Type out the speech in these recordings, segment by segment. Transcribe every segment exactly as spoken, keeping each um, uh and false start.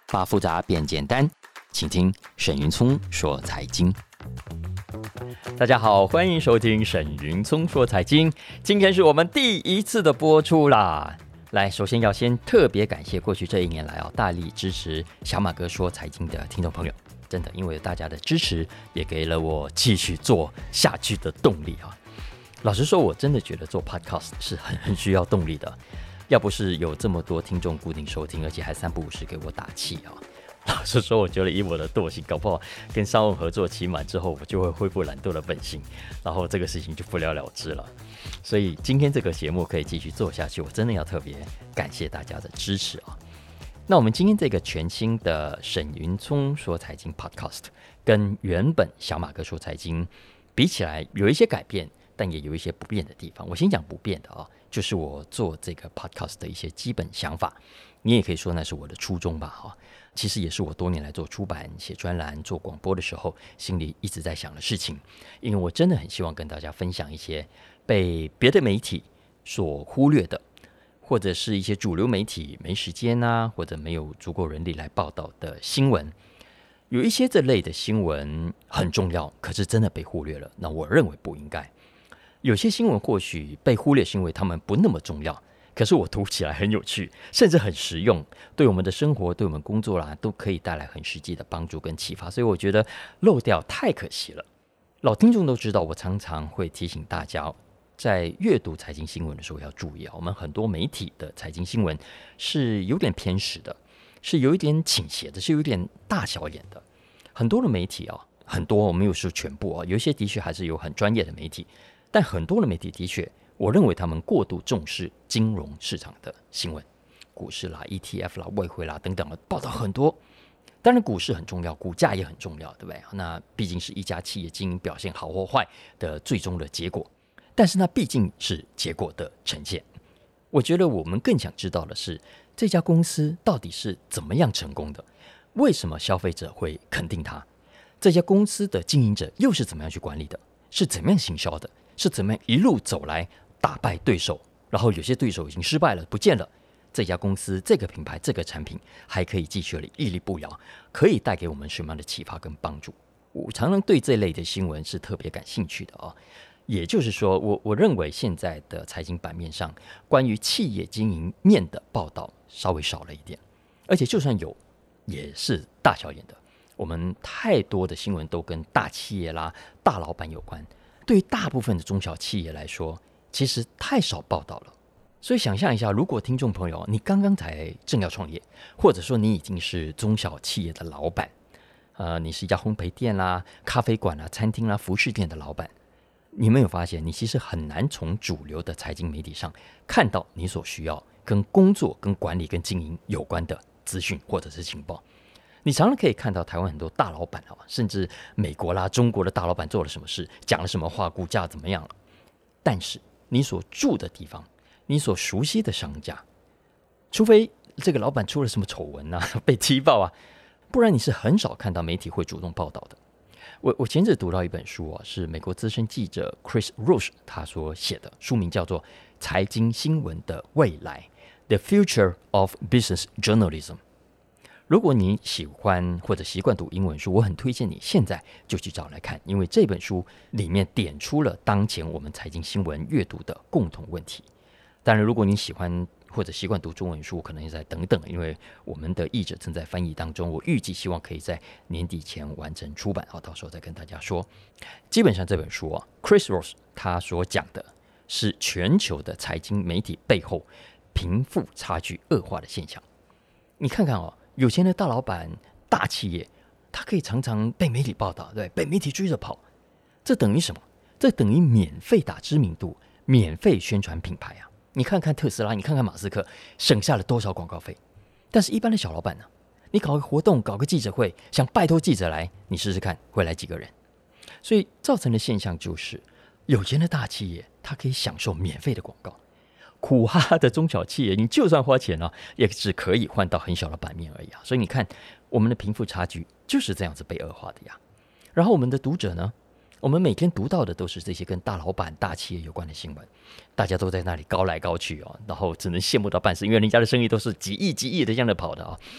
把复杂变简单，请听沈云聪说财经。大家好，欢迎收听沈云聪说财经。今天是我们第一次的播出啦。来，首先要先特别感谢过去这一年来啊，大力支持小马哥说财经的听众朋友。真的，因为大家的支持，也给了我继续做下去的动力啊。老实说，我真的觉得做 podcast 是很很需要动力的。要不是有这么多听众固定收听，而且还三不五时给我打气啊，老实说，我觉得以我的惰性，搞不好跟商务合作期满之后，我就会恢复懒惰的本性，然后这个事情就不了了之了。所以今天这个节目可以继续做下去，我真的要特别感谢大家的支持啊。那我们今天这个全新的沈云聪说财经 podcast， 跟原本小马哥说财经比起来，有一些改变，但也有一些不变的地方。我先讲不变的啊，就是我做这个 podcast 的一些基本想法，你也可以说那是我的初衷吧哈。其实也是我多年来做出版、写专栏、做广播的时候，心里一直在想的事情。因为我真的很希望跟大家分享一些被别的媒体所忽略的，或者是一些主流媒体没时间啊，或者没有足够人力来报道的新闻。有一些这类的新闻很重要，可是真的被忽略了，那我认为不应该。有些新闻或许被忽略是因为他们不那么重要，可是我读起来很有趣，甚至很实用，对我们的生活、对我们工作啦，都可以带来很实际的帮助跟启发，所以我觉得漏掉太可惜了。老听众都知道，我常常会提醒大家，在阅读财经新闻的时候要注意啊，我们很多媒体的财经新闻是有点偏食的，是有一点倾斜的，是有一点大小眼的。很多的媒体啊，很多我没有说全部啊，有一些的确还是有很专业的媒体，但很多的媒体的确，我认为他们过度重视金融市场的新闻，股市啦、E T F 啦、外汇啦等等的报道很多。当然股市很重要，股价也很重要，对不对？那毕竟是一家企业经营表现好或坏的最终的结果，但是那毕竟是结果的呈现。我觉得我们更想知道的是，这家公司到底是怎么样成功的？为什么消费者会肯定它？这家公司的经营者又是怎么样去管理的？是怎么样行销的？是怎么样一路走来打败对手？然后有些对手已经失败了，不见了。这家公司、这个品牌、这个产品还可以继续屹立不摇，可以带给我们什么样的启发跟帮助？我常常对这类的新闻是特别感兴趣的啊。也就是说，我我认为现在的财经版面上，关于企业经营面的报道稍微少了一点，而且就算有，也是大小眼的。我们太多的新闻都跟大企业啦、大老板有关，对于大部分的中小企业来说，其实太少报道了。所以想象一下，如果听众朋友你刚刚才正要创业，或者说你已经是中小企业的老板，呃，你是一家烘焙店啦、咖啡馆啦、餐厅啦、服饰店的老板，你没有发现，你其实很难从主流的财经媒体上看到你所需要跟工作、跟管理、跟经营有关的资讯或者是情报。你常常可以看到台湾很多大老板，甚至美国啦、中国的大老板做了什么事，讲了什么话，股价怎么样了。但是你所住的地方，你所熟悉的商家，除非这个老板出了什么丑闻啊，被踢爆啊，不然你是很少看到媒体会主动报道的。我我前阵读到一本书啊，是美国资深记者 Chris Roche 他所写的，书名叫做《财经新闻的未来 The Future of Business Journalism》。如果你喜欢或者习惯读英文书，我很推荐你现在就去找来看，因为这本书里面点出了当前我们财经新闻阅读的共同问题。当然，如果你喜欢或者习惯读中文书，可能也在等等，因为我们的译者正在翻译当中，我预计希望可以在年底前完成出版，好，到时候再跟大家说。基本上这本书啊 ，Chris Roche 他所讲的是全球的财经媒体背后贫富差距恶化的现象。你看看哦，有钱的大老板、大企业，他可以常常被媒体报道，对，被媒体追着跑，这等于什么？这等于免费打知名度，免费宣传品牌啊！你看看特斯拉，你看看马斯克，省下了多少广告费？但是一般的小老板呢？你搞个活动，搞个记者会，想拜托记者来，你试试看会来几个人？所以造成的现象就是，有钱的大企业它可以享受免费的广告，苦哈哈的中小企业，你就算花钱啊，也只可以换到很小的版面而已啊。所以你看，我们的贫富差距就是这样子被恶化的呀。然后我们的读者呢？我们每天读到的都是这些跟大老板、大企业有关的新闻，大家都在那里高来高去哦，然后只能羡慕到半死，因为人家的生意都是几亿、几亿的这样的跑的啊。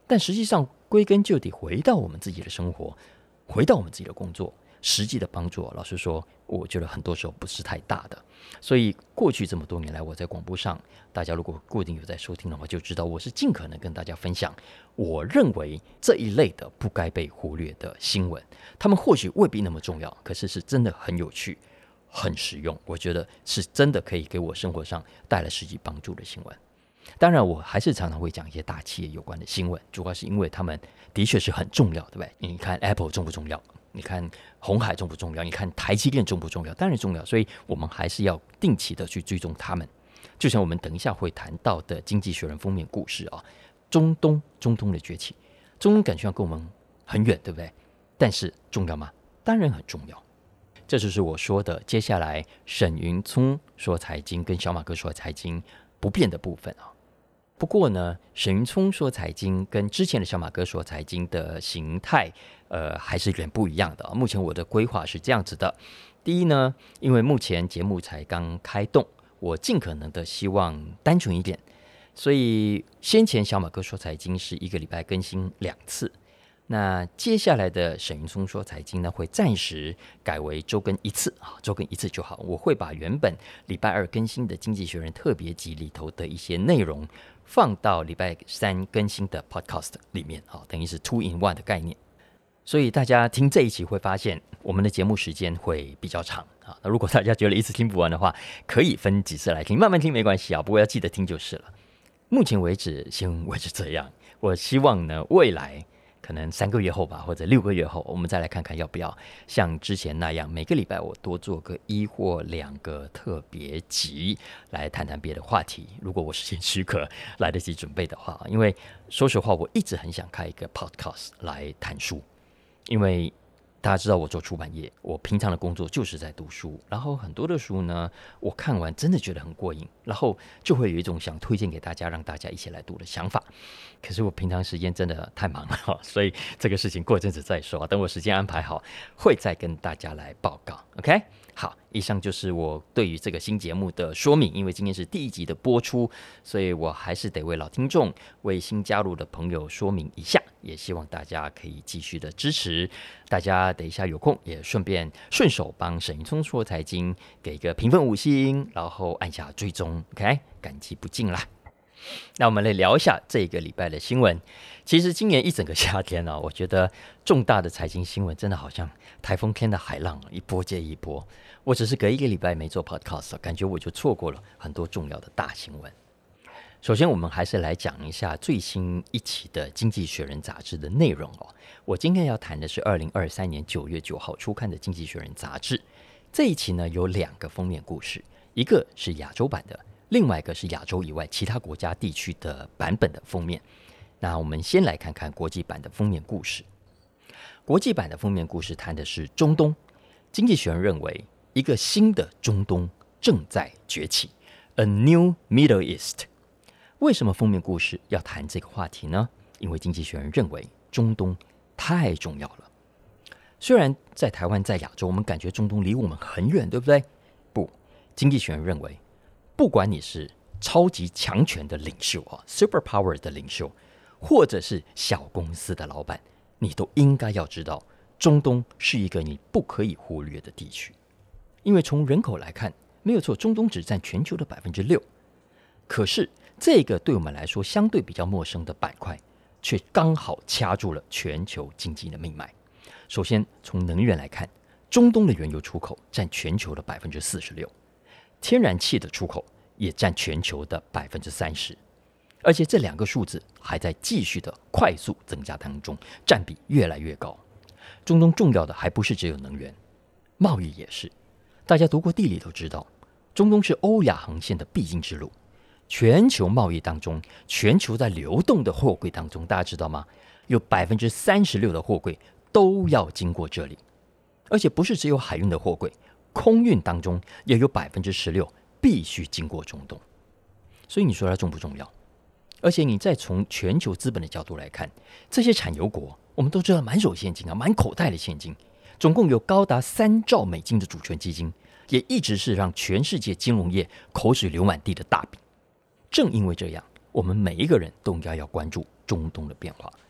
但实际上归根究底，回到我们自己的生活，回到我们自己的工作，实际的帮助，老实说，我觉得很多时候不是太大的。所以过去这么多年来，我在广播上，大家如果固定有在收听的话，就知道我是尽可能跟大家分享我认为这一类的不该被忽略的新闻。他们或许未必那么重要，可是是真的很有趣、很实用，我觉得是真的可以给我生活上带来实际帮助的新闻。当然我还是常常会讲一些大企业有关的新闻，主要是因为他们的确是很重要，对不对？你看 Apple 重不重要，你看鸿海重不重要，你看台积电重不重要，当然重要，所以我们还是要定期的去追踪他们。就像我们等一下会谈到的经济学人封面故事啊，中东中东的崛起，中东感觉上跟我们很远，对不对？但是重要吗？当然很重要。这就是我说的接下来沈云聪说财经跟小马哥说财经不变的部分啊。不过呢，沈云聪说财经跟之前的小马哥说财经的形态，呃，还是有点不一样的啊。目前我的规划是这样子的：第一呢，因为目前节目才刚开动，我尽可能的希望单纯一点，所以先前小马哥说财经是一个礼拜更新两次。那接下来的沈云聪说财经呢，会暂时改为周更一次啊，周更一次就好。我会把原本礼拜二更新的《经济学人》特别集里头的一些内容放到礼拜三更新的 podcast 里面啊，等于是 two in one 的概念。所以大家听这一期会发现，我们的节目时间会比较长啊。那如果大家觉得一次听不完的话，可以分几次来听，慢慢听没关系啊，不过要记得听就是了。目前为止，先维持这样。我希望呢，未来可能三个月后吧，或者六个月后，我们再来看看要不要像之前那样，每个礼拜我多做个一或两个特别集，来谈谈别的话题。如果我时间许可，来得及准备的话，因为说实话，我一直很想开一个 podcast 来谈书，因为大家知道我做出版业，我平常的工作就是在读书，然后很多的书呢，我看完真的觉得很过瘾，然后就会有一种想推荐给大家，让大家一起来读的想法。可是我平常时间真的太忙了，所以这个事情过一阵子再说，等我时间安排好，会再跟大家来报告。OK， 好，以上就是我对于这个新节目的说明。因为今天是第一集的播出，所以我还是得为老听众、为新加入的朋友说明一下，也希望大家可以继续的支持。大家等一下有空也顺便顺手帮沈云聪说财经给一个评分五星，然后按下追踪 ，OK， 感激不尽啦。那我们来聊一下这个礼拜的新闻。其实今年一整个夏天呢、啊，我觉得重大的财经新闻真的好像台风天的海浪，一波接一波。我只是隔一个礼拜没做 podcast， 感觉我就错过了很多重要的大新闻。首先，我们还是来讲一下最新一期的《经济学人》杂志的内容哦。我今天要谈的是二零二三年九月九号出刊的《经济学人》杂志。这一期呢有两个封面故事，一个是亚洲版的，另外一个是亚洲以外其他国家地区的版本的封面。那我们先来看看国际版的封面故事。国际版的封面故事谈的是中东。经济学人认为，一个新的中东正在崛起 ，A new Middle East。为什么封面故事要谈这个话题呢？因为经济学人认为中东太重要了。虽然在台湾在亚洲，我们感觉中东离我们很远，对不对？不，经济学人认为，不管你是超级强权的领袖啊 ，super power 的领袖，或者是小公司的老板，你都应该要知道，中东是一个你不可以忽略的地区。因为从人口来看，没有错，中东只占全球的百分之六。可是这个对我们来说相对比较陌生的板块，却刚好掐住了全球经济的命脉。首先，从能源来看，中东的原油出口占全球的百分之四十六，天然气的出口也占全球的百分之三十，而且这两个数字还在继续的快速增加当中，占比越来越高。中东重要的还不是只有能源，贸易也是。大家读过地理都知道，中东是欧亚航线的必经之路。全球贸易当中，全球在流动的货柜当中，大家知道吗？有百分之三十六的货柜都要经过这里，而且不是只有海运的货柜，空运当中也有百分之十六必须经过中东。所以你说它重不重要？而且你再从全球资本的角度来看，这些产油国，我们都知道满手现金啊，满口袋的现金，总共有高达三兆美金的主权基金，也一直是让全世界金融业口水流满地的大饼。正因为这样，我们每一个人都应该要关注中东的变化。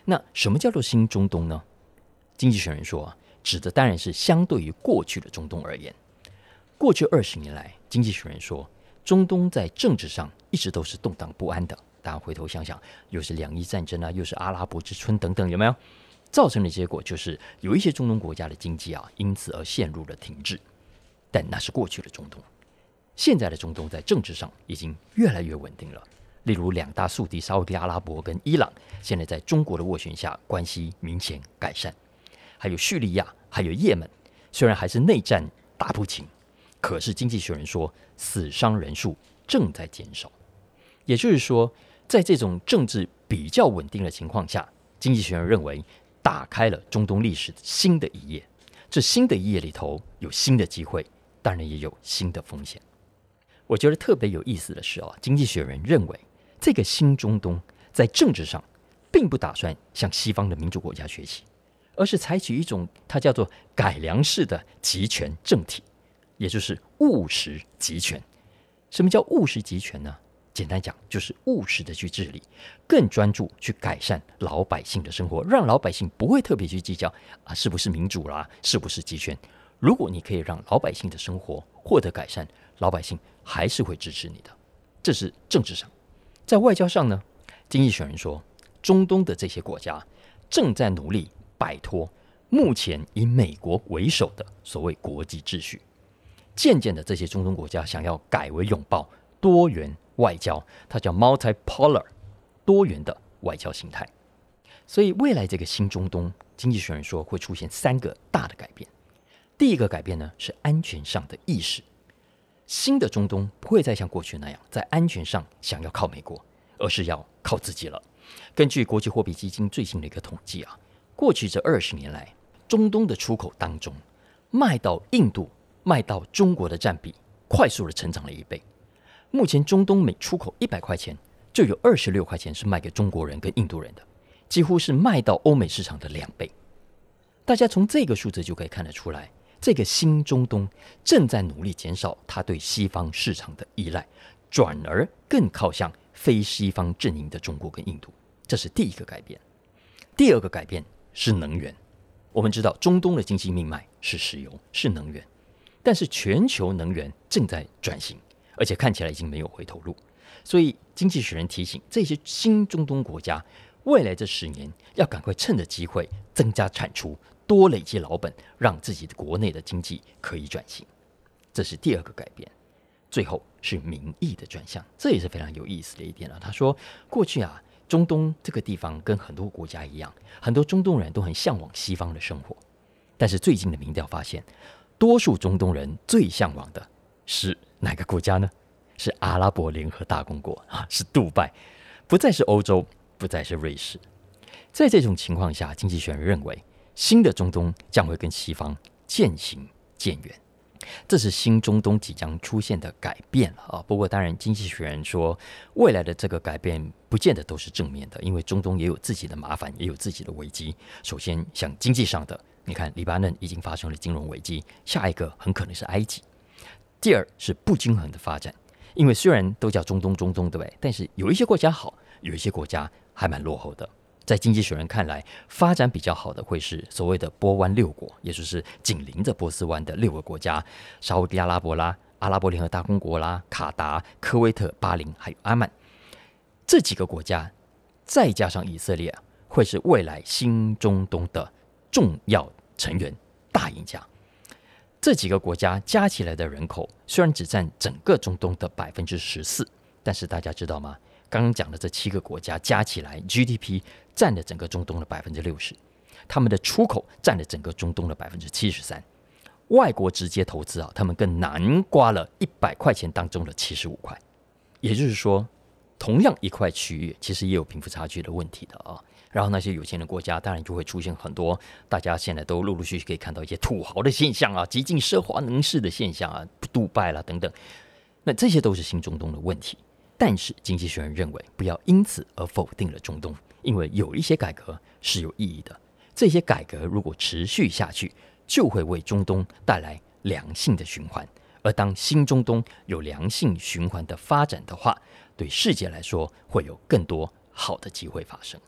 那什么叫做新中东呢？经济学人说啊，指的当然是相对于过去的中东而言。过去二十年来，经济学人说，中东在政治上一直都是动荡不安的。大家回头想想，又是两伊战争啊，又是阿拉伯之春等等，有没有？造成的结果就是有一些中东国家的经济啊，因此而陷入了停滞。但那是过去的中东，现在的中东在政治上已经越来越稳定了。例如两大宿敌沙烏地阿拉伯跟伊朗，现在在中国的斡旋下，关系明显改善。还有叙利亚，还有也门，虽然还是内战打不停，可是经济学人说，死伤人数正在减少。也就是说，在这种政治比较稳定的情况下，经济学人认为打开了中东历史新的一页。这新的一页里头有新的机会，当然也有新的风险。我觉得特别有意思的是啊，经济学人认为这个新中东在政治上并不打算向西方的民主国家学习，而是采取一种它叫做改良式的集权政体，也就是务实集权。什么叫务实集权呢？简单讲，就是务实的去治理，更专注去改善老百姓的生活，让老百姓不会特别去计较啊是不是民主啦，是不是集权。如果你可以让老百姓的生活获得改善，老百姓还是会支持你的。这是政治上。在外交上呢，经济学人说，中东的这些国家正在努力摆脱目前以美国为首的所谓国际秩序。渐渐的，这些中东国家想要改为拥抱多元外交，它叫 multipolar 多元的外交形态。所以未来这个新中东，经济学人说会出现三个大的改变。第一个改变呢，是安全上的意识。新的中东不会再像过去那样在安全上想要靠美国，而是要靠自己了。根据国际货币基金最新的一个统计啊，过去这二十年来，中东的出口当中，卖到印度、卖到中国的占比快速的成长了一倍。目前中东每出口一百块钱，就有二十六块钱是卖给中国人跟印度人的，几乎是卖到欧美市场的两倍。大家从这个数字就可以看得出来，这个新中东正在努力减少它对西方市场的依赖，转而更靠向非西方阵营的中国跟印度。这是第一个改变。第二个改变是能源。我们知道中东的经济命脉是石油，是能源，但是全球能源正在转型，而且看起来已经没有回头路。所以经济学人提醒这些新中东国家，未来这十年要赶快趁着机会增加产出，多累积老本，让自己的国内的经济可以转型。这是第二个改变。最后是民意的转向，这也是非常有意思的一点了。他说，过去啊，中东这个地方跟很多国家一样，很多中东人都很向往西方的生活，但是最近的民调发现，多数中东人最向往的是哪个国家呢？是阿拉伯联合大公国啊，是杜拜，不再是欧洲，不再是瑞士。在这种情况下，经济学人认为，新的中东将会跟西方渐行渐远。这是新中东即将出现的改变啊。不过当然经济学人说，未来的这个改变不见得都是正面的，因为中东也有自己的麻烦，也有自己的危机。首先像经济上的，你看黎巴嫩已经发生了金融危机，下一个很可能是埃及。第二是不均衡的发展，因为虽然都叫中东中东，对不对？但是有一些国家好，有一些国家还蛮落后的。在经济学人看来，发展比较好的会是所谓的波湾六国，也就是紧邻着波斯湾的六个国家：沙烏地阿拉伯啦、阿拉伯联合大公国啦、卡达、科威特、巴林还有阿曼。这几个国家再加上以色列，会是未来新中东的重要成员、大赢家。这几个国家加起来的人口虽然只占整个中东的百分之十四，但是大家知道吗？刚刚讲的这七个国家加起来 G D P 占了整个中东的百分之六十，他们的出口占了整个中东的百分之七十三。外国直接投资啊，他们更南瓜了一百块钱当中的七十五块。也就是说，同样一块区域，其实也有贫富差距的问题的啊。然后那些有钱的国家，当然就会出现很多大家现在都陆陆续续可以看到一些土豪的现象啊，极尽奢华能事的现象啊，杜拜啦等等。那这些都是新中东的问题。但是经济学人认为，不要因此而否定了中东，因为有一些改革是有意义的。这些改革如果持续下去，就会为中东带来良性的循环。而当新中东有良性循环的发展的话，对世界来说会有更多好的机会发生。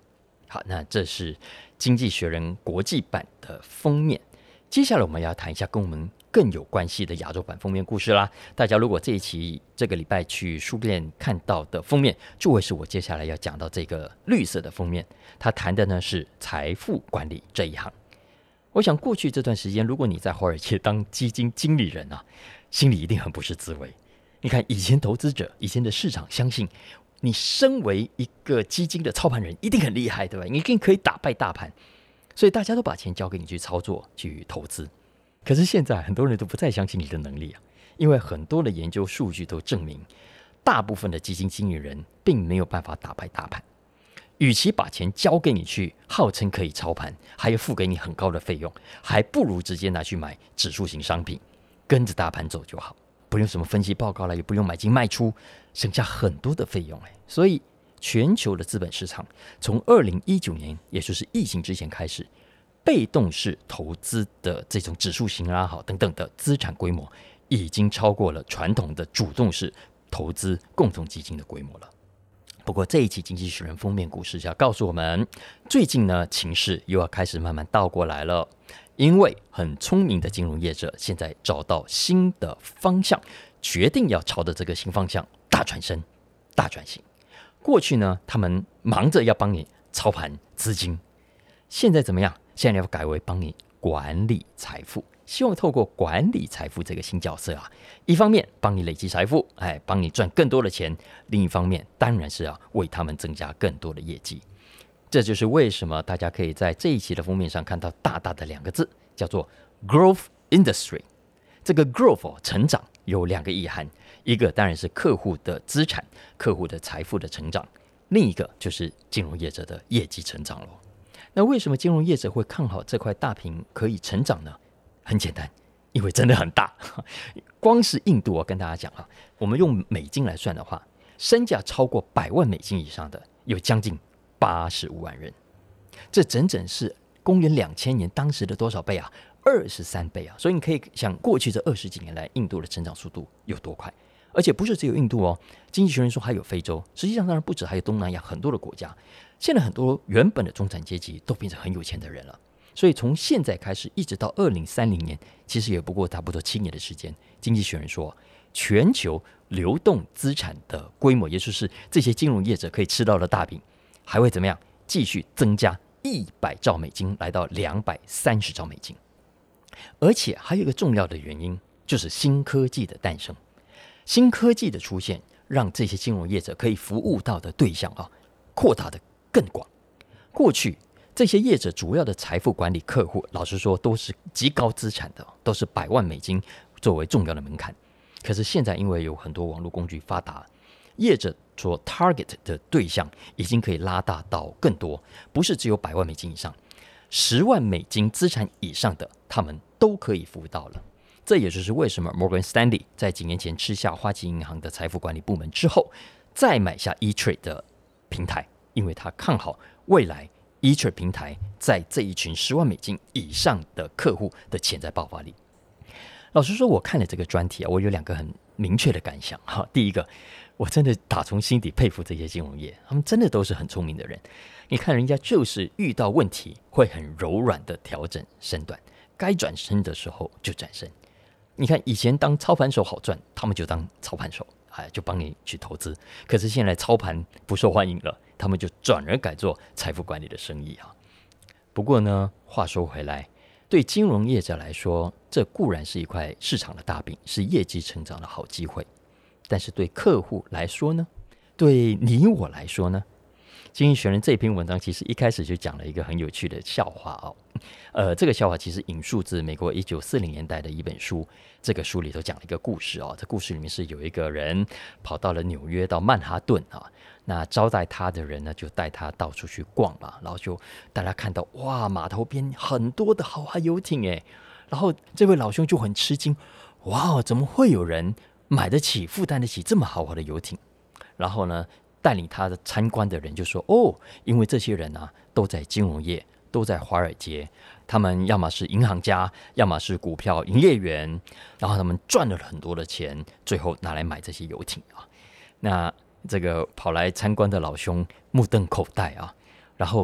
好，那这是经济学人国际版的封面。接下来我们要谈一下跟我们更有关系的亚洲版封面故事啦。大家如果这一期这个礼拜去书店看到的封面，就会是我接下来要讲到这个绿色的封面。它谈的呢是财富管理这一行。我想过去这段时间，如果你在华尔街当基金经理人啊，心里一定很不是滋味。你看以前投资者，以前的市场相信你身为一个基金的操盘人一定很厉害，对吧？你一定可以打败大盘，所以大家都把钱交给你去操作去投资。可是现在很多人都不再相信你的能力啊，因为很多的研究数据都证明，大部分的基金经理人并没有办法打败大盘。与其把钱交给你去号称可以操盘，还要付给你很高的费用，还不如直接拿去买指数型商品，跟着大盘走就好，不用什么分析报告了，也不用买进卖出，省下很多的费用。所以全球的资本市场从二零一九年，也就是疫情之前开始，被动式投资的这种指数型啦好等等的资产规模，已经超过了传统的主动式投资共同基金的规模了。不过这一期经济学人封面故事要告诉我们，最近呢情势又要开始慢慢倒过来了，因为很聪明的金融业者现在找到新的方向，决定要朝着这个新方向大转身、大转型。过去呢，他们忙着要帮你操盘资金，现在怎么样？现在要改为帮你管理财富，希望透过管理财富这个新角色啊，一方面帮你累积财富，哎，帮你赚更多的钱；另一方面，当然是要为他们增加更多的业绩。这就是为什么大家可以在这一期的封面上看到大大的两个字，叫做 Growth Industry。这个 Growth 成长有两个意涵，一个当然是客户的资产、客户的财富的成长，另一个就是金融业者的业绩成长咯。那为什么金融业者会看好这块大饼可以成长呢？很简单，因为真的很大。光是印度，我跟大家讲啊，我们用美金来算的话，身价超过百万美金以上的有将近八十五万人，这整整是公元两千年当时的多少倍啊？二十三倍啊！所以你可以想，过去这二十几年来，印度的成长速度有多快？而且不是只有印度哦，经济学人说还有非洲，实际上当然不止，还有东南亚很多的国家。现在很多原本的中产阶级都变成很有钱的人了，所以从现在开始一直到二零三零年，其实也不过差不多七年的时间。经济学人说，全球流动资产的规模，也就是这些金融业者可以吃到的大饼，还会怎么样？继续增加一百兆美金，来到两百三十兆美金。而且还有一个重要的原因，就是新科技的诞生。新科技的出现，让这些金融业者可以服务到的对象啊，扩大的更广。过去这些业者主要的财富管理客户，老实说都是极高资产的，都是百万美金作为重要的门槛。可是现在因为有很多网络工具发达，业者所 target 的对象已经可以拉大到更多，不是只有百万美金以上，十万美金资产以上的，他们都可以服务到了。这也就是为什么 Morgan Stanley 在几年前吃下花旗银行的财富管理部门之后，再买下 E-Trade 的平台，因为他看好未来 E-Trade 平台在这一群十万美金以上的客户的潜在爆发力。老实说，我看了这个专题啊，我有两个很明确的感想。第一个，我真的打从心底佩服这些金融业，他们真的都是很聪明的人。你看人家就是遇到问题会很柔软的调整身段，该转身的时候就转身。你看以前当操盘手好赚，他们就当操盘手，哎，就帮你去投资。可是现在操盘不受欢迎了，他们就转而改做财富管理的生意啊。不过呢，话说回来，对金融业者来说，这固然是一块市场的大饼，是业绩成长的好机会。但是对客户来说呢？对你我来说呢？经济学人这篇文章其实一开始就讲了一个很有趣的笑话哦。呃，这个笑话其实引述自美国一九四零年代的一本书，这个书里头讲了一个故事哦。这故事里面是有一个人跑到了纽约到曼哈顿啊，那招待他的人呢就带他到处去逛嘛，然后就大家看到哇，码头边很多的豪华游艇哎，然后这位老兄就很吃惊，哇，怎么会有人买得起、负担得起这么豪华的游艇？然后呢，带领他的参观的人就说：“哦，因为这些人啊，都在金融业，都在华尔街，他们要么是银行家，要么是股票营业员，然后他们赚了很多的钱，最后拿来买这些游艇啊。”那这个跑来参观的老兄目瞪口呆啊，然后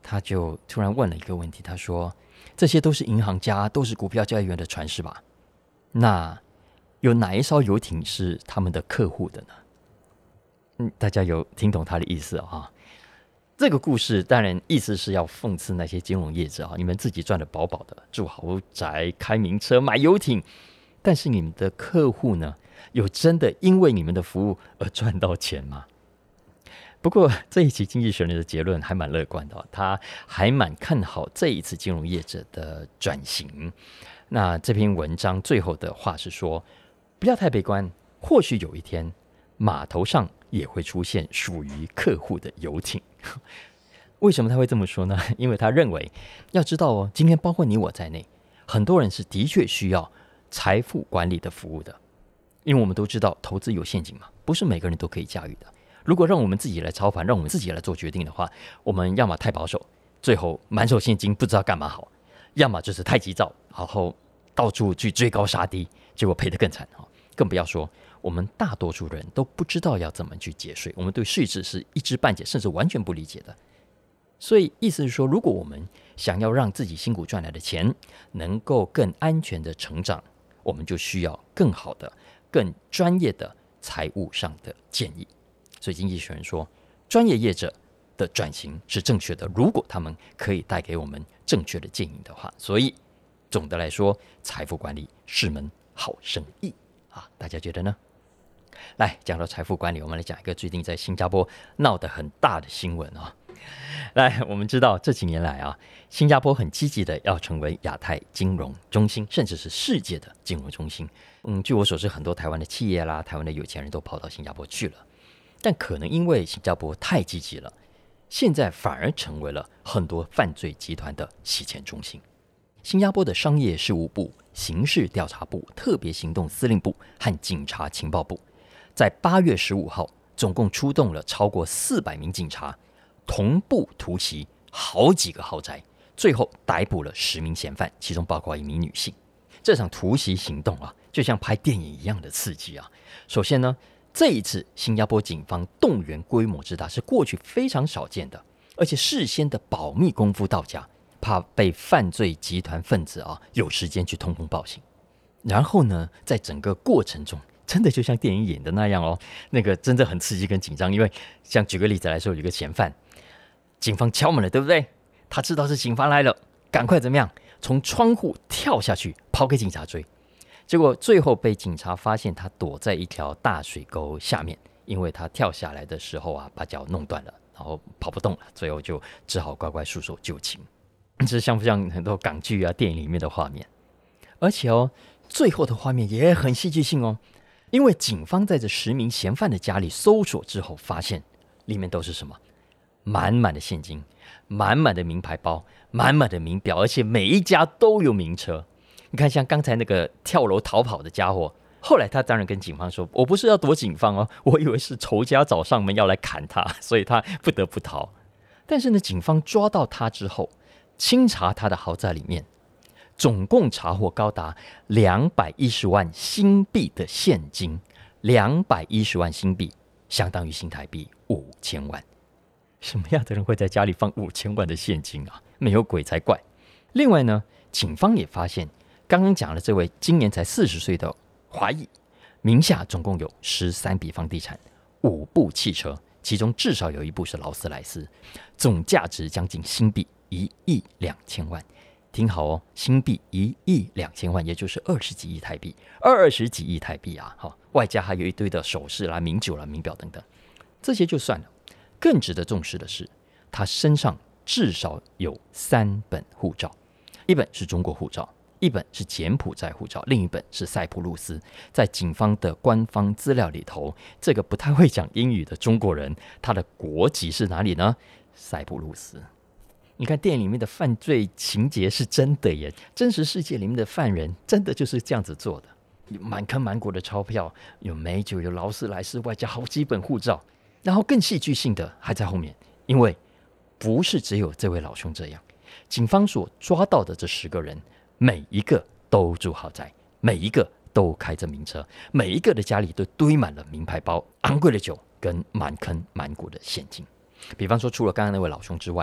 他就突然问了一个问题，他说：“这些都是银行家，都是股票交易员的船是吧？那有哪一艘游艇是他们的客户的呢？”嗯，大家有听懂他的意思啊？这个故事当然意思是要讽刺那些金融业者啊，你们自己赚得饱饱的，住豪宅、开名车、买游艇，但是你们的客户呢，有真的因为你们的服务而赚到钱吗？不过这一期经济学人的结论还蛮乐观的，他还蛮看好这一次金融业者的转型。那这篇文章最后的话是说，不要太悲观，或许有一天码头上也会出现属于客户的游艇。为什么他会这么说呢？因为他认为，要知道哦，今天包括你我在内，很多人是的确需要财富管理的服务的。因为我们都知道投资有陷阱嘛，不是每个人都可以驾驭的。如果让我们自己来操盘，让我们自己来做决定的话，我们要么太保守，最后满手现金不知道干嘛好，要么就是太急躁，然后到处去追高杀低，结果赔得更惨。更不要说我们大多数人都不知道要怎么去节税，我们对税制是一知半解，甚至完全不理解的。所以意思是说，如果我们想要让自己辛苦赚来的钱能够更安全的成长，我们就需要更好的、更专业的财务上的建议。所以经济学人说，专业业者的转型是正确的，如果他们可以带给我们正确的建议的话。所以总的来说，财富管理是门好生意啊，大家觉得呢？来，讲到财富管理，我们来讲一个最近在新加坡闹得很大的新闻啊。来，我们知道这几年来啊，新加坡很积极的要成为亚太金融中心，甚至是世界的金融中心。嗯，据我所知，很多台湾的企业啦，台湾的有钱人都跑到新加坡去了。但可能因为新加坡太积极了，现在反而成为了很多犯罪集团的洗钱中心。新加坡的商业事务部、刑事调查部、特别行动司令部和警察情报部，在八月十五号总共出动了超过四百名警察，同步突袭好几个豪宅，最后逮捕了十名嫌犯，其中包括一名女性。这场突袭行动啊，就像拍电影一样的刺激啊！首先呢，这一次新加坡警方动员规模之大，是过去非常少见的，而且事先的保密功夫到家，怕被犯罪集团分子啊有时间去通风报信。然后呢，在整个过程中，真的就像电影演的那样哦，那个真的很刺激跟紧张。因为像举个例子来说，有一个嫌犯，警方敲门了，对不对？他知道是警方来了，赶快怎么样？从窗户跳下去，跑给警察追。结果最后被警察发现，他躲在一条大水沟下面，因为他跳下来的时候啊，把脚弄断了，然后跑不动了，最后就只好乖乖束手就擒。这像不像很多港剧啊、电影里面的画面？而且哦，最后的画面也很戏剧性哦，因为警方在这十名嫌犯的家里搜索之后，发现里面都是什么？满满的现金，满满的名牌包，满满的名表，而且每一家都有名车。你看，像刚才那个跳楼逃跑的家伙，后来他当然跟警方说：“我不是要躲警方哦，我以为是仇家找上门要来砍他，所以他不得不逃。”但是呢，警方抓到他之后，清查他的豪宅里面，总共查获高达两百一十万新币的现金，两百一十万新币相当于新台币五千万。什么样的人会在家里放五千万的现金啊？没有鬼才怪。另外呢，警方也发现，刚刚讲的这位今年才四十岁的华裔，名下总共有十三笔房地产、五部汽车，其中至少有一部是劳斯莱斯，总价值将近新币一亿两千万。听好哦，新币一亿两千万，也就是二十几亿台币，二十几亿台币啊！好，外加还有一堆的首饰啦、名酒啦、名表等等，这些就算了。更值得重视的是，他身上至少有三本护照，一本是中国护照，一本是柬埔寨护照，另一本是塞浦路斯。在警方的官方资料里头，这个不太会讲英语的中国人，他的国籍是哪里呢？塞浦路斯。你看电影里面的犯罪情节是真的耶，真实世界里面的犯人真的就是这样子做的，有满坑满谷的钞票，有美酒，有劳斯莱斯，外加好几本护照。然后更戏剧性的还在后面，因为不是只有这位老兄这样，警方所抓到的这十个人，每一个都住豪宅，每一个都开着名车，每一个的家里都堆满了名牌包、昂贵的酒跟满坑满谷的现金。比方说，除了刚刚那位老兄之外啊，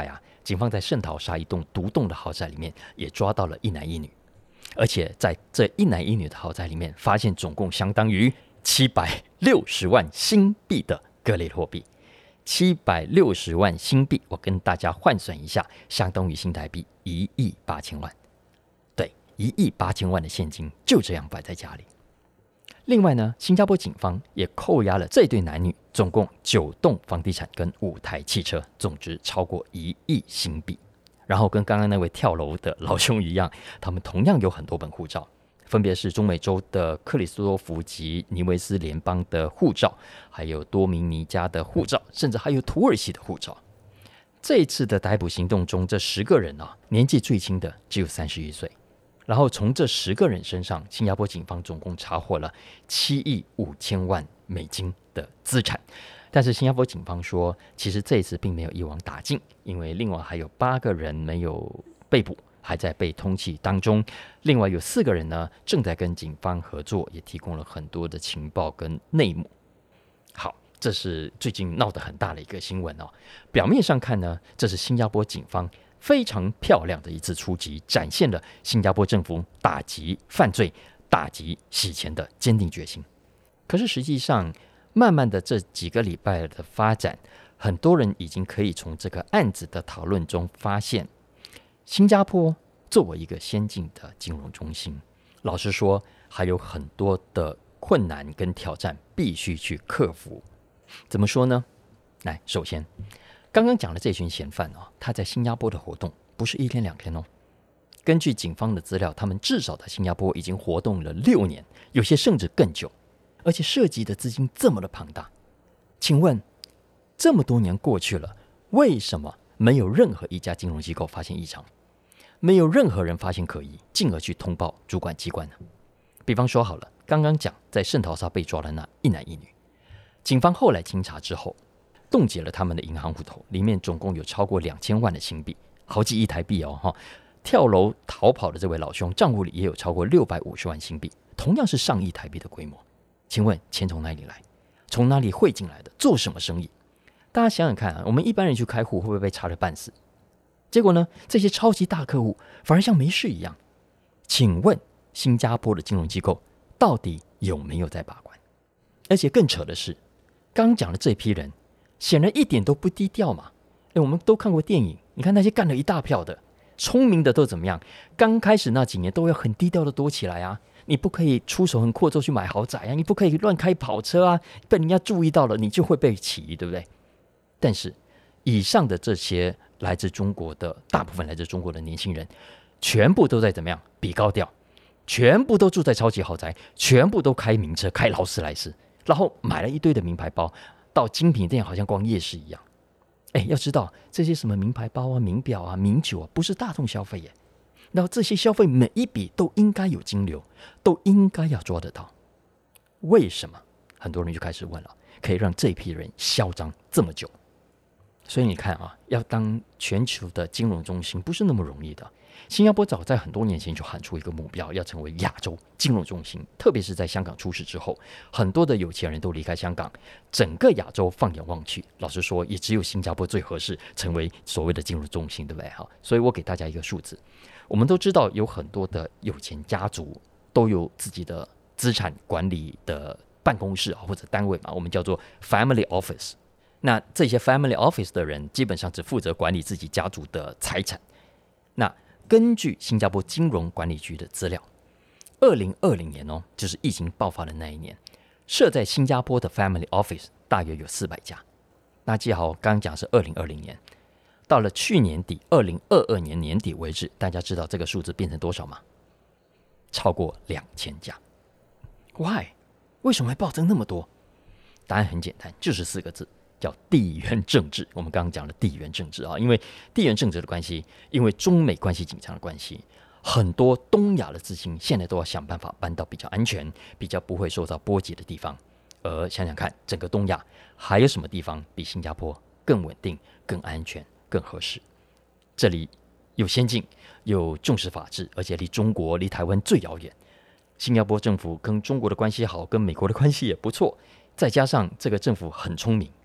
警方在圣淘沙一栋独栋的豪宅里面也抓到了一男一女，而且在这一男一女的豪宅里面发现总共相当于七百六十万新币的各类货币。七百六十万新币，我跟大家换算一下，相当于新台币一亿八千万。对，一亿八千万的现金就这样摆在家里。另外呢，新加坡警方也扣押了这对男女总共九栋房地产跟五台汽车，总值超过一亿新币。然后跟刚刚那位跳楼的老兄一样，他们同样有很多本护照，分别是中美洲的克里斯多福及尼维斯联邦的护照，还有多明尼加的护照，甚至还有土耳其的护照。这一次的逮捕行动中，这十个人啊，年纪最轻的只有三十一岁。然后从这十个人身上，新加坡警方总共查获了七亿五千万美金的资产。但是新加坡警方说，其实这一次并没有一网打尽，因为另外还有八个人没有被捕，还在被通缉当中。另外有四个人呢，正在跟警方合作，也提供了很多的情报跟内幕。好，这是最近闹得很大的一个新闻哦。表面上看呢，这是新加坡警方非常漂亮的一次出击，展现了新加坡政府打击犯罪、打击洗钱的坚定决心。可是实际上，慢慢的这几个礼拜的发展，很多人已经可以从这个案子的讨论中发现，新加坡作为一个先进的金融中心，老实说，还有很多的困难跟挑战必须去克服。怎么说呢？来，首先，刚刚讲的这群嫌犯哦，他在新加坡的活动不是一天两天哦。根据警方的资料，他们至少在新加坡已经活动了六年，有些甚至更久，而且涉及的资金这么的庞大。请问，这么多年过去了，为什么没有任何一家金融机构发现异常？没有任何人发现可疑，进而去通报主管机关呢？比方说好了，刚刚讲在圣淘沙被抓的那一男一女，警方后来清查之后，冻结了他们的银行户头，里面总共有超过两千万的新币，好几亿台币哦！哈，跳楼逃跑的这位老兄账户里也有超过六百五十万新币，同样是上亿台币的规模。请问钱从哪里来？从哪里汇进来的？做什么生意？大家想想看啊，我们一般人去开户会不会被查得半死？结果呢，这些超级大客户反而像没事一样。请问新加坡的金融机构到底有没有在把关？而且更扯的是，刚讲的这批人显然一点都不低调嘛。我们都看过电影，你看那些干了一大票的聪明的都怎么样？刚开始那几年都要很低调的躲起来啊，你不可以出手很阔绰去买豪宅啊，你不可以乱开跑车啊，被人家注意到了你就会被起疑，对不对？但是以上的这些来自中国的大部分来自中国的年轻人，全部都在怎么样比高调，全部都住在超级豪宅，全部都开名车，开劳斯莱斯，然后买了一堆的名牌包，到精品店好像逛夜市一样。哎，要知道这些什么名牌包啊、名表啊、名酒啊，不是大众消费耶。然后这些消费每一笔都应该有金流，都应该要抓得到。为什么？很多人就开始问了，可以让这批人嚣张这么久？所以你看啊，要当全球的金融中心不是那么容易的。新加坡早在很多年前就喊出一个目标，要成为亚洲金融中心。特别是在香港出事之后，很多的有钱人都离开香港，整个亚洲放眼望去，老实说，也只有新加坡最合适成为所谓的金融中心，对不对？好，所以我给大家一个数字，我们都知道有很多的有钱家族都有自己的资产管理的办公室或者单位嘛，我们叫做 family office。那这些 family office 的人基本上只负责管理自己家族的财产。那根据新加坡金融管理局的资料，二零二零年哦，就是疫情爆发的那一年，设在新加坡的 family office 大约有四百家。那记好，刚刚讲是二零二零年，到了去年底二零二二年年底为止，大家知道这个数字变成多少吗？超过两千家。Why？ 为什么会暴增那么多？答案很简单，就是四个字，叫地缘政治。我们刚刚讲的地缘政治啊，因为地缘政治的关系，因为中美关系紧张的关系，很多东亚的资金现在都要想办法搬到比较安全、比较不会受到波及的地方。而想想看，整个东亚还有什么地方比新加坡更稳定、更安全、更合适？这里有先进，有重视法治，而且离中国、离台湾最遥远。新加坡政府跟中国的关系好，跟美国的关系也不错，再加上这个政府很聪明，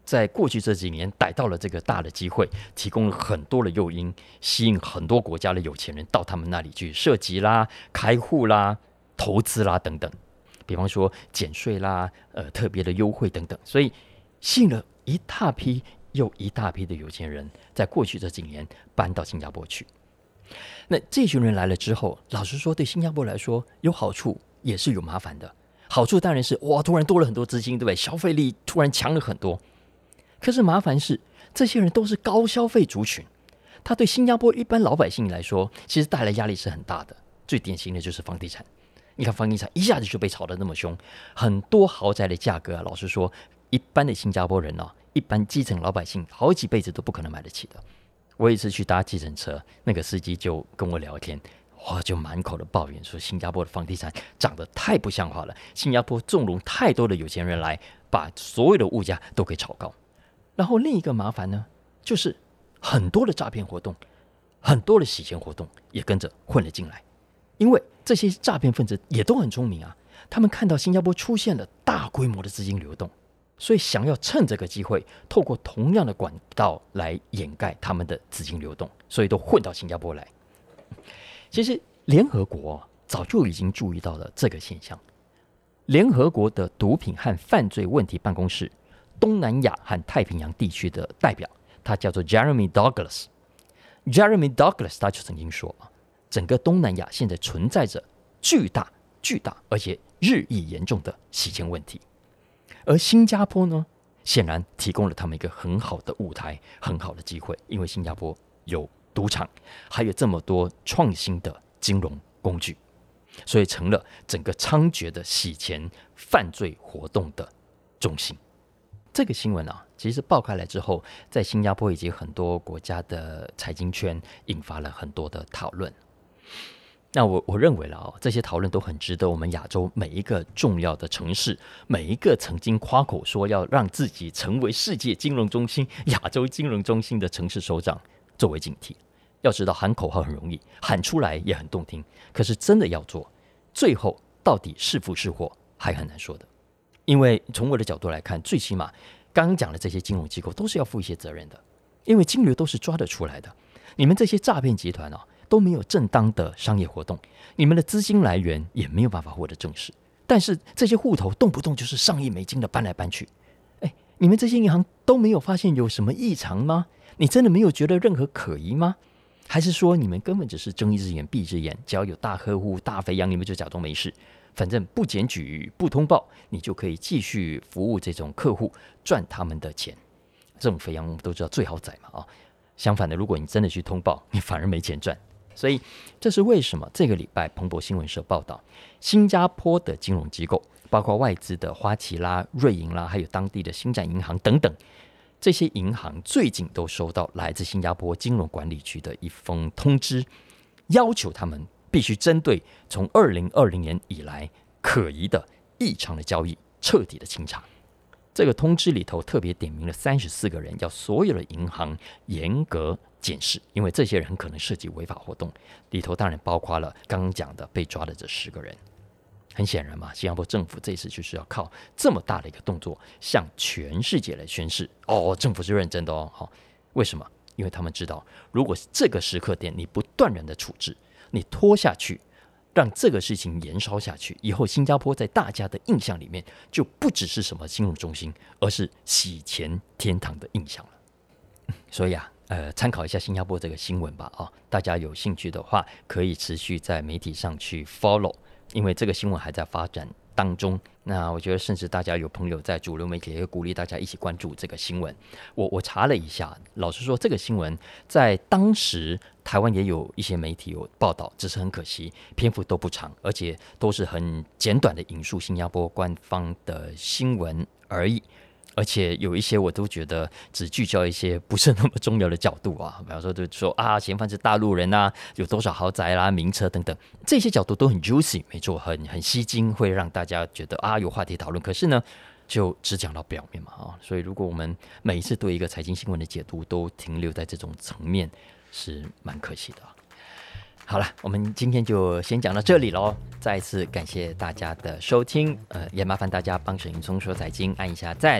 在过去这几年逮到了这个大的机会，提供了很多的诱因，吸引很多国家的有钱人到他们那里去设籍啦、开户啦、投资啦等等，比方说减税啦、呃特别的优惠等等，所以吸引了一大批又一大批的有钱人，在过去这几年搬到新加坡去。那这群人来了之后，老实说，对新加坡来说有好处，也是有麻烦的。好处当然是哇，突然多了很多资金，对不对？消费力突然强了很多。可是麻烦是，这些人都是高消费族群，他对新加坡一般老百姓来说，其实带来压力是很大的。最典型的就是房地产，你看房地产一下子就被炒得那么凶，很多豪宅的价格啊，老实说，一般的新加坡人啊，一般基层老百姓好几辈子都不可能买得起的。我有一次去搭计程车，那个司机就跟我聊天，哇，就满口的抱怨说新加坡的房地产涨得太不像话了，新加坡纵容太多的有钱人来，把所有的物价都给炒高。然后另一个麻烦呢，就是很多的诈骗活动，很多的洗钱活动也跟着混了进来。因为这些诈骗分子也都很聪明啊，他们看到新加坡出现了大规模的资金流动，所以想要趁这个机会，透过同样的管道来掩盖他们的资金流动，所以都混到新加坡来。其实联合国早就已经注意到了这个现象。联合国的毒品和犯罪问题办公室东南亚和太平洋地区的代表，他叫做 Jeremy Douglas。Jeremy Douglas 他就曾经说，整个东南亚现在存在着巨大、巨大而且日益严重的洗钱问题。而新加坡呢，显然提供了他们一个很好的舞台、很好的机会，因为新加坡有赌场，还有这么多创新的金融工具，所以成了整个猖獗的洗钱犯罪活动的中心。这个新闻啊，其实爆开来之后，在新加坡以及很多国家的财经圈引发了很多的讨论。那我我认为了、哦、这些讨论都很值得我们亚洲每一个重要的城市，每一个曾经夸口说要让自己成为世界金融中心、亚洲金融中心的城市首长作为警惕。要知道喊口号很容易，喊出来也很动听，可是真的要做，最后到底是福是祸还很难说的。因为从我的角度来看，最起码刚刚讲的这些金融机构都是要负一些责任的，因为金流都是抓得出来的。你们这些诈骗集团啊，都没有正当的商业活动，你们的资金来源也没有办法获得证实，但是这些户头动不动就是上亿美金的搬来搬去。哎，你们这些银行都没有发现有什么异常吗？你真的没有觉得任何可疑吗？还是说你们根本只是睁一只眼闭一只眼，只要有大客户大肥羊，你们就假装没事，反正不检举不通报，你就可以继续服务这种客户，赚他们的钱。这种肥羊我们都知道最好宰嘛、哦、相反的，如果你真的去通报，你反而没钱赚。所以这是为什么这个礼拜彭博新闻社报道，新加坡的金融机构，包括外资的花旗啦、瑞银啦，还有当地的星展银行等等，这些银行最近都收到来自新加坡金融管理局的一封通知，要求他们必须针对从二零二零年以来可疑的异常的交易彻底的清查。这个通知里头特别点名了三十四个人，要所有的银行严格检视，因为这些人很可能涉及违法活动，里头当然包括了刚刚讲的被抓的这十个人。很显然嘛，新加坡政府这次就是要靠这么大的一个动作，向全世界来宣示，哦，政府是认真的哦。好，为什么？因为他们知道，如果这个时刻点你不断然的处置，你拖下去，让这个事情延烧下去，以后新加坡在大家的印象里面就不只是什么金融中心，而是洗钱天堂的印象了。所以啊，呃，参考一下新加坡这个新闻吧，哦，大家有兴趣的话，可以持续在媒体上去 follow， 因为这个新闻还在发展当中。那我觉得，甚至大家有朋友在主流媒体，也会鼓励大家一起关注这个新闻。我我查了一下，老实说，这个新闻在当时台湾也有一些媒体有报道，只是很可惜，篇幅都不长，而且都是很简短的引述新加坡官方的新闻而已。而且有一些我都觉得只聚焦一些不是那么重要的角度啊，比方说就说啊，嫌犯是大陆人啊，有多少豪宅啦、名车等等，这些角度都很 juicy， 没错，很很吸睛，会让大家觉得啊有话题讨论。可是呢，就只讲到表面嘛啊，所以如果我们每一次对一个财经新闻的解读都停留在这种层面，是蛮可惜的啊。好了，我们今天就先讲到这里咯。再一次感谢大家的收听，呃，也麻烦大家帮沈云聪说财经按一下赞，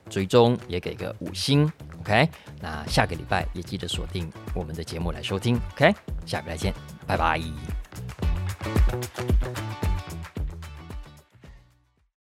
追踪，也给个五星。OK， 那下个礼拜也记得锁定我们的节目来收听。OK， 下个礼拜见，拜拜。